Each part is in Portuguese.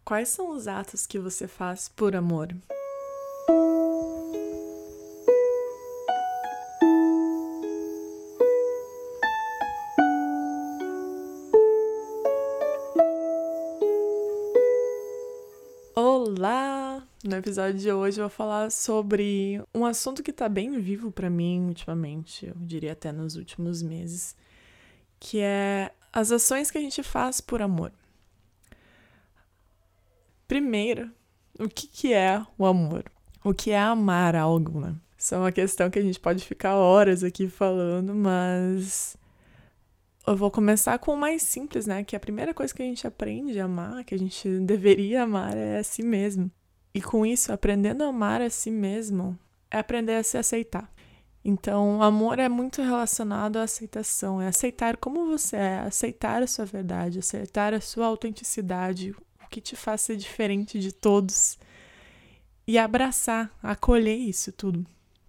Quais são os atos que você faz por amor? Olá! No episódio de hoje eu vou falar sobre um assunto que tá bem vivo pra mim ultimamente, eu diria até nos últimos meses, que é as ações que a gente faz por amor. Primeiro, o que é o amor? O que é amar algo, né? Isso é uma questão que a gente pode ficar horas aqui falando, mas eu vou começar com o mais simples, né? Que a primeira coisa que a gente aprende a amar, que a gente deveria amar, é a si mesmo. E com isso, aprendendo a amar a si mesmo, é aprender a se aceitar. Então, o amor é muito relacionado à aceitação, é aceitar como você é, aceitar a sua verdade, aceitar a sua autenticidade, o que te faz ser diferente de todos e abraçar, acolher isso tudo.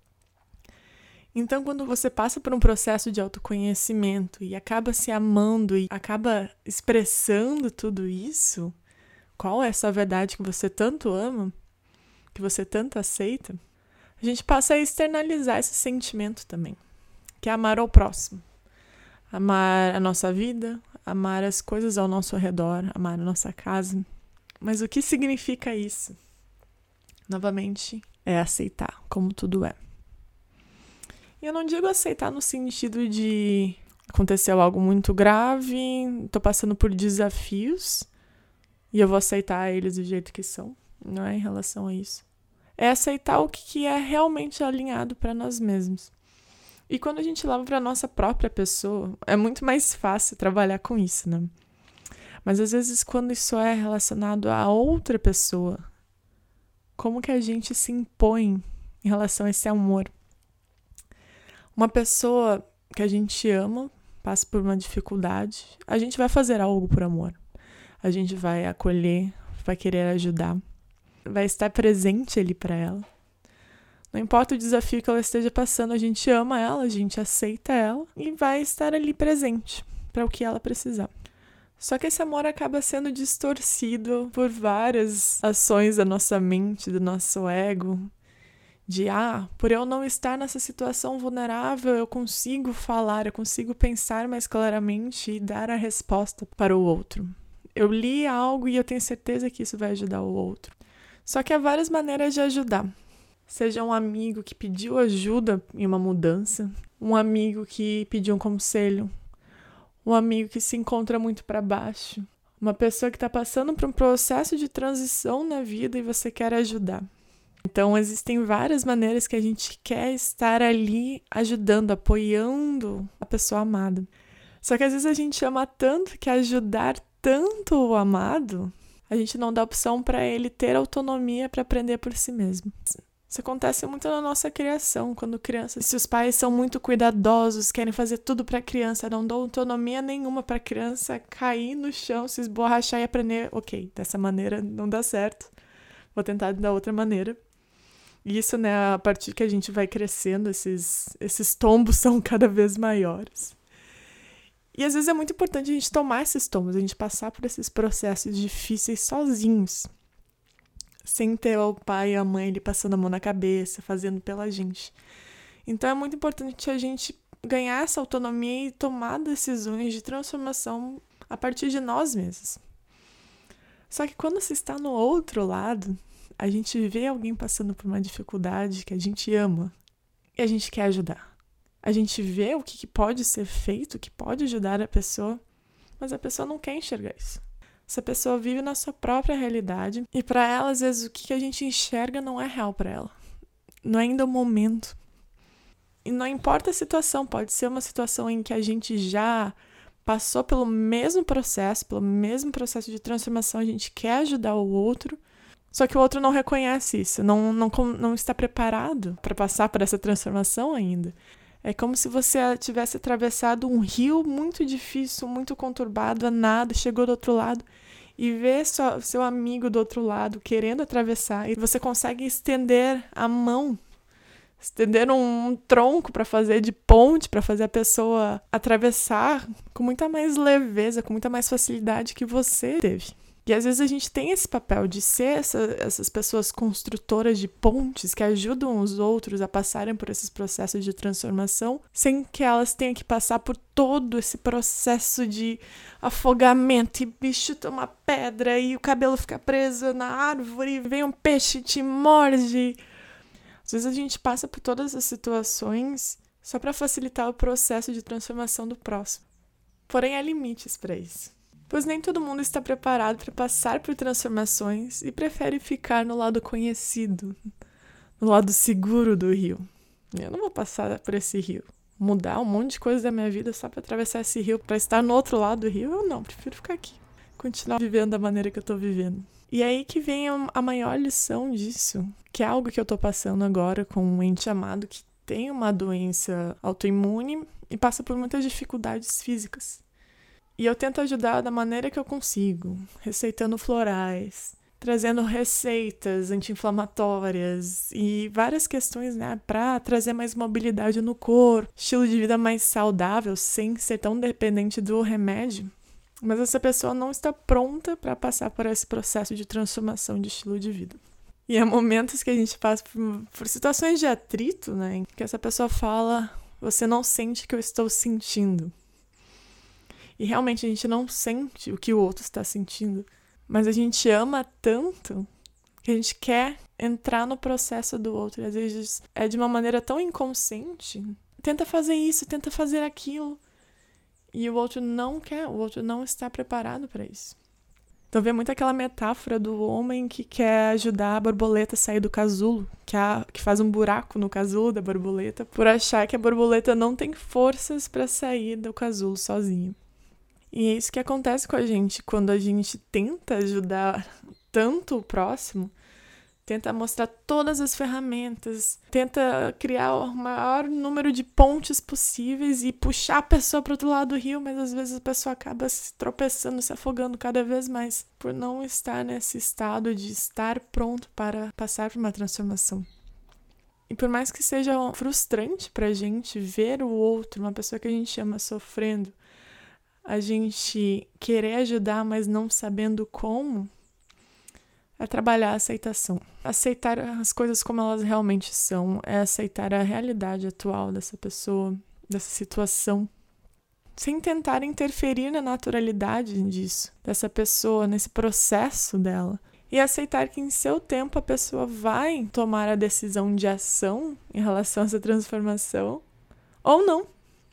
Então, quando você passa por um processo de autoconhecimento e acaba se amando e acaba expressando tudo isso, qual é essa verdade que você tanto ama, que você tanto aceita, a gente passa a externalizar esse sentimento também, que é amar ao próximo. Amar a nossa vida, amar as coisas ao nosso redor, amar a nossa casa. Mas o que significa isso? Novamente, é aceitar como tudo é. E eu não digo aceitar no sentido de aconteceu algo muito grave, tô passando por desafios e eu vou aceitar eles do jeito que são. Não é em relação a isso. É aceitar o que é realmente alinhado para nós mesmos. E quando a gente leva para nossa própria pessoa, é muito mais fácil trabalhar com isso, né? Mas às vezes quando isso é relacionado a outra pessoa, como que a gente se impõe em relação a esse amor? Uma pessoa que a gente ama, passa por uma dificuldade, a gente vai fazer algo por amor. A gente vai acolher, vai querer ajudar, vai estar presente ali para ela. Não importa o desafio que ela esteja passando, a gente ama ela, a gente aceita ela e vai estar ali presente para o que ela precisar. Só que esse amor acaba sendo distorcido por várias ações da nossa mente, do nosso ego, de, por eu não estar nessa situação vulnerável, eu consigo falar, eu consigo pensar mais claramente e dar a resposta para o outro. Eu li algo e eu tenho certeza que isso vai ajudar o outro. Só que há várias maneiras de ajudar. Seja um amigo que pediu ajuda em uma mudança, um amigo que pediu um conselho, um amigo que se encontra muito para baixo, uma pessoa que está passando por um processo de transição na vida e você quer ajudar. Então, existem várias maneiras que a gente quer estar ali ajudando, apoiando a pessoa amada. Só que às vezes a gente ama tanto que ajudar tanto o amado, a gente não dá opção para ele ter autonomia para aprender por si mesmo. Isso acontece muito na nossa criação, quando crianças, se os pais são muito cuidadosos, querem fazer tudo para a criança, não dão autonomia nenhuma para a criança cair no chão, se esborrachar e aprender, ok, dessa maneira não dá certo, vou tentar da outra maneira. E isso, né, a partir que a gente vai crescendo, esses tombos são cada vez maiores. E às vezes é muito importante a gente tomar esses tombos, a gente passar por esses processos difíceis sozinhos, sem ter o pai e a mãe ali passando a mão na cabeça, fazendo pela gente. Então é muito importante a gente ganhar essa autonomia e tomar decisões de transformação a partir de nós mesmos. Só que quando você está no outro lado, a gente vê alguém passando por uma dificuldade que a gente ama e a gente quer ajudar. A gente vê o que pode ser feito, o que pode ajudar a pessoa, mas a pessoa não quer enxergar isso. Essa pessoa vive na sua própria realidade e para ela, às vezes, o que a gente enxerga não é real para ela. Não é ainda o momento. E não importa a situação, pode ser uma situação em que a gente já passou pelo mesmo processo de transformação, a gente quer ajudar o outro, só que o outro não reconhece isso, não está preparado para passar por essa transformação ainda. É como se você tivesse atravessado um rio muito difícil, muito conturbado, a nada, chegou do outro lado e vê seu amigo do outro lado querendo atravessar e você consegue estender a mão, estender um tronco para fazer de ponte, para fazer a pessoa atravessar com muita mais leveza, com muita mais facilidade que você teve. E às vezes a gente tem esse papel de ser essas pessoas construtoras de pontes que ajudam os outros a passarem por esses processos de transformação sem que elas tenham que passar por todo esse processo de afogamento e bicho toma pedra e o cabelo fica preso na árvore e vem um peixe e te morde. Às vezes a gente passa por todas essas situações só para facilitar o processo de transformação do próximo. Porém, há limites para isso. Pois nem todo mundo está preparado para passar por transformações e prefere ficar no lado conhecido, no lado seguro do rio. Eu não vou passar por esse rio, mudar um monte de coisa da minha vida só para atravessar esse rio, para estar no outro lado do rio. Eu não, prefiro ficar aqui, continuar vivendo da maneira que eu estou vivendo. E aí que vem a maior lição disso, que é algo que eu estou passando agora com um ente amado que tem uma doença autoimune e passa por muitas dificuldades físicas. E eu tento ajudar da maneira que eu consigo, receitando florais, trazendo receitas anti-inflamatórias e várias questões, né, para trazer mais mobilidade no corpo, estilo de vida mais saudável, sem ser tão dependente do remédio. Mas essa pessoa não está pronta para passar por esse processo de transformação de estilo de vida. E há momentos que a gente passa por situações de atrito, né, em que essa pessoa fala, você não sente o que eu estou sentindo. E realmente a gente não sente o que o outro está sentindo, mas a gente ama tanto que a gente quer entrar no processo do outro. E às vezes é de uma maneira tão inconsciente. Tenta fazer isso, tenta fazer aquilo. E o outro não quer, o outro não está preparado para isso. Então vê muito aquela metáfora do homem que quer ajudar a borboleta a sair do casulo, que faz um buraco no casulo da borboleta, por achar que a borboleta não tem forças para sair do casulo sozinha. E é isso que acontece com a gente quando a gente tenta ajudar tanto o próximo, tenta mostrar todas as ferramentas, tenta criar o maior número de pontes possíveis e puxar a pessoa para o outro lado do rio, mas às vezes a pessoa acaba se tropeçando, se afogando cada vez mais por não estar nesse estado de estar pronto para passar por uma transformação. E por mais que seja frustrante para a gente ver o outro, uma pessoa que a gente ama sofrendo, a gente querer ajudar, mas não sabendo como, é trabalhar a aceitação. Aceitar as coisas como elas realmente são, é aceitar a realidade atual dessa pessoa, dessa situação, sem tentar interferir na naturalidade disso, dessa pessoa, nesse processo dela. E aceitar que em seu tempo a pessoa vai tomar a decisão de ação em relação a essa transformação, ou não.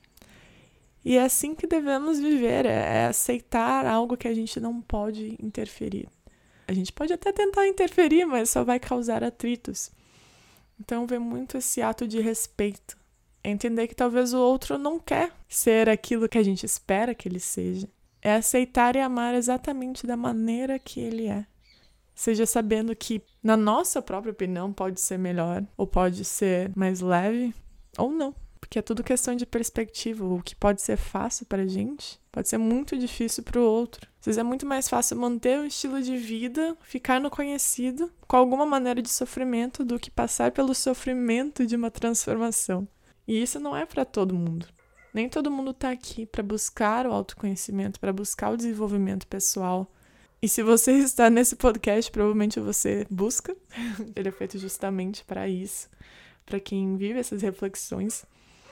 E é assim que devemos viver, é aceitar algo que a gente não pode interferir. A gente pode até tentar interferir, mas só vai causar atritos. Então vem muito esse ato de respeito. É entender que talvez o outro não quer ser aquilo que a gente espera que ele seja. É aceitar e amar exatamente da maneira que ele é. Seja sabendo que, na nossa própria opinião, pode ser melhor, ou pode ser mais leve, ou não. Porque é tudo questão de perspectiva. O que pode ser fácil pra gente pode ser muito difícil pro outro. Às vezes é muito mais fácil manter o estilo de vida, ficar no conhecido, com alguma maneira de sofrimento, do que passar pelo sofrimento de uma transformação. E isso não é pra todo mundo. Nem todo mundo tá aqui pra buscar o autoconhecimento, pra buscar o desenvolvimento pessoal. E se você está nesse podcast, provavelmente você busca. Ele é feito justamente pra isso, pra quem vive essas reflexões.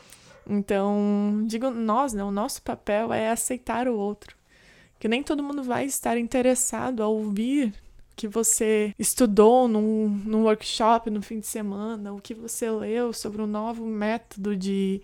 Então, digo nós, né? O nosso papel é aceitar o outro. Que nem todo mundo vai estar interessado a ouvir o que você estudou num workshop no fim de semana, o que você leu sobre um novo método de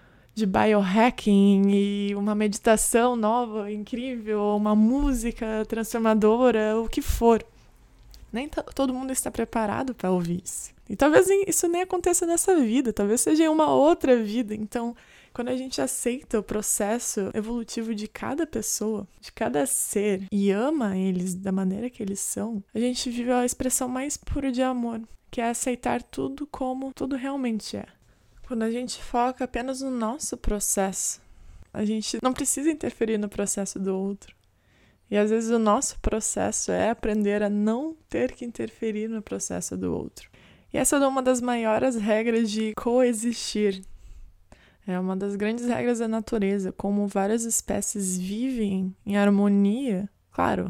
biohacking e uma meditação nova, incrível, uma música transformadora, o que for. Nem todo mundo está preparado para ouvir isso. E talvez isso nem aconteça nessa vida, talvez seja em uma outra vida. Então, quando a gente aceita o processo evolutivo de cada pessoa, de cada ser, e ama eles da maneira que eles são, a gente vive a expressão mais pura de amor, que é aceitar tudo como tudo realmente é. Quando a gente foca apenas no nosso processo, a gente não precisa interferir no processo do outro. E às vezes o nosso processo é aprender a não ter que interferir no processo do outro. E essa é uma das maiores regras de coexistir. É uma das grandes regras da natureza, como várias espécies vivem em harmonia. Claro,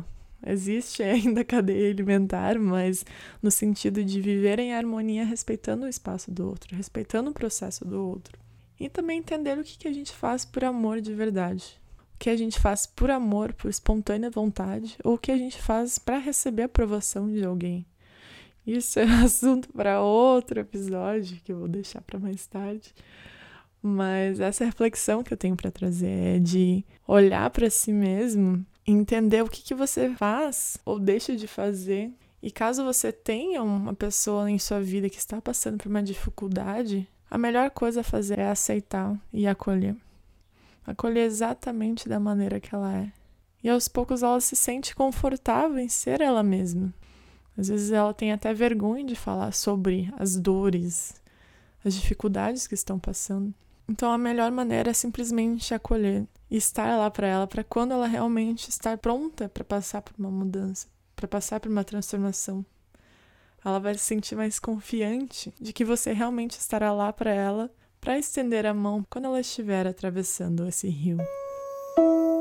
existe ainda a cadeia alimentar, mas no sentido de viver em harmonia, respeitando o espaço do outro, respeitando o processo do outro. E também entender o que a gente faz por amor de verdade. O que a gente faz por amor, por espontânea vontade, ou o que a gente faz para receber a aprovação de alguém. Isso é assunto para outro episódio, que eu vou deixar para mais tarde. Mas essa reflexão que eu tenho para trazer é de olhar para si mesmo e entender o que você faz ou deixa de fazer. E caso você tenha uma pessoa em sua vida que está passando por uma dificuldade, a melhor coisa a fazer é aceitar e acolher. Acolher exatamente da maneira que ela é. E aos poucos ela se sente confortável em ser ela mesma. Às vezes ela tem até vergonha de falar sobre as dores, as dificuldades que estão passando. Então a melhor maneira é simplesmente acolher e estar lá para ela, para quando ela realmente estar pronta para passar por uma mudança, para passar por uma transformação. Ela vai se sentir mais confiante de que você realmente estará lá para ela, para estender a mão quando ela estiver atravessando esse rio.